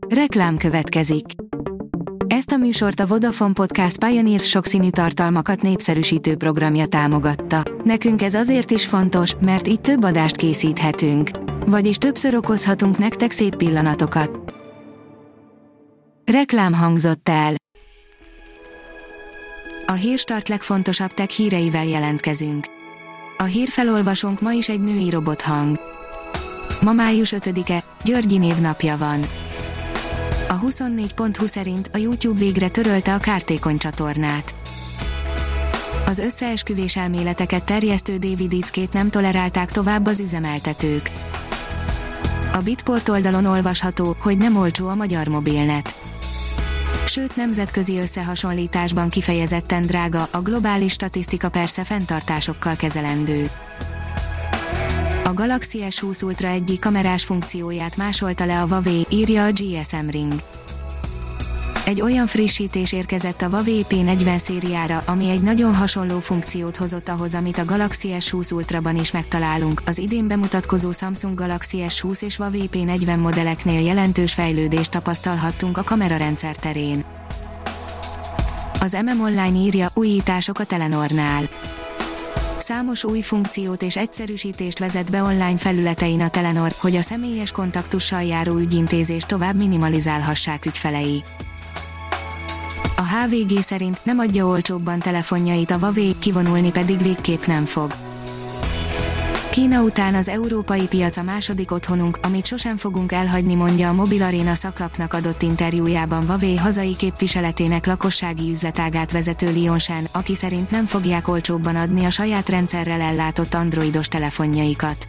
Reklám következik. Ezt a műsort a Vodafone Podcast Pioneer sokszínű tartalmakat népszerűsítő programja támogatta. Nekünk ez azért is fontos, mert így több adást készíthetünk. Vagyis többször okozhatunk nektek szép pillanatokat. Reklám hangzott el. A Hírstart legfontosabb tech híreivel jelentkezünk. A hírfelolvasónk ma is egy női robothang. Ma május 5-e, Györgyi névnapja van. A 24.20 szerint a YouTube végre törölte a kártékony csatornát. Az összeesküvés elméleteket terjesztő David Icke-t nem tolerálták tovább az üzemeltetők. A Bitport oldalon olvasható, hogy nem olcsó a magyar mobilnet. Sőt, nemzetközi összehasonlításban kifejezetten drága, a globális statisztika persze fenntartásokkal kezelendő. A Galaxy S20 Ultra egyik kamerás funkcióját másolta le a Huawei, írja a GSM Ring. Egy olyan frissítés érkezett a Huawei P40 szériára, ami egy nagyon hasonló funkciót hozott ahhoz, amit a Galaxy S20 Ultraban is megtalálunk. Az idén bemutatkozó Samsung Galaxy S20 és Huawei P40 modelleknél jelentős fejlődést tapasztalhattunk a kamerarendszer terén. Az Online írja, újítások a Telenornál. Számos új funkciót és egyszerűsítést vezet be online felületein a Telenor, hogy a személyes kontaktussal járó ügyintézést tovább minimalizálhassák ügyfelei. A HVG szerint nem adja olcsóbban telefonjait a Huawei, kivonulni pedig végképp nem fog. Kína után az európai piac a második otthonunk, amit sosem fogunk elhagyni, mondja a Mobil Arena szaklapnak adott interjújában Huawei hazai képviseletének lakossági üzletágát vezető Lion Shen, aki szerint nem fogják olcsóbban adni a saját rendszerrel ellátott androidos telefonjaikat.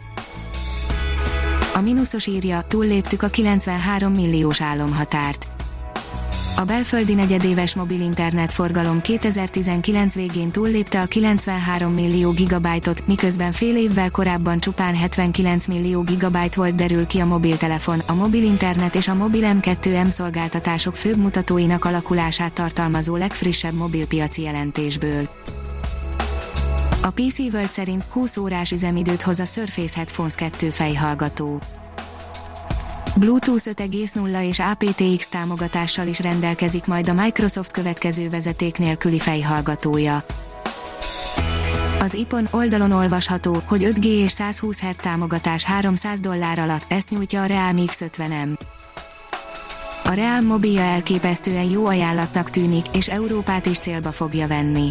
A Minusos írja, túlléptük a 93 milliós álomhatárt. A belföldi negyedéves mobil internet forgalom 2019 végén túllépte a 93 millió gigabájtot, miközben fél évvel korábban csupán 79 millió gigabájt volt, derül ki a mobiltelefon, a mobil internet és a mobil M2M szolgáltatások főbb mutatóinak alakulását tartalmazó legfrissebb mobilpiaci jelentésből. A PC World szerint 20 órás üzemidőt hoz a Surface Headphones 2 fejhallgató. Bluetooth 5.0 és aptX támogatással is rendelkezik majd a Microsoft következő vezeték nélküli fejhallgatója. Az iPhone oldalon olvasható, hogy 5G és 120 Hz támogatás $300 alatt, ezt nyújtja a Realme X50M. A Realme mobilja elképesztően jó ajánlatnak tűnik, és Európát is célba fogja venni.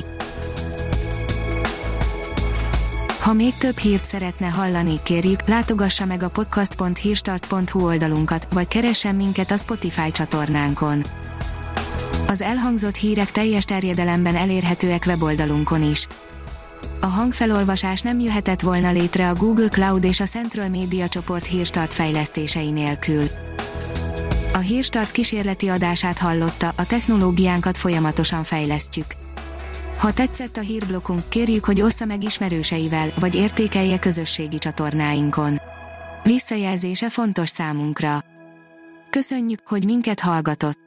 Ha még több hírt szeretne hallani, kérjük, látogassa meg a podcast.hírstart.hu oldalunkat, vagy keressen minket a Spotify csatornánkon. Az elhangzott hírek teljes terjedelemben elérhetőek weboldalunkon is. A hangfelolvasás nem jöhetett volna létre a Google Cloud és a Central Media csoport Hírstart fejlesztései nélkül. A Hírstart kísérleti adását hallotta, a technológiánkat folyamatosan fejlesztjük. Ha tetszett a hírblokkunk, kérjük, hogy ossza meg ismerőseivel, vagy értékelje közösségi csatornáinkon. Visszajelzése fontos számunkra. Köszönjük, hogy minket hallgatott!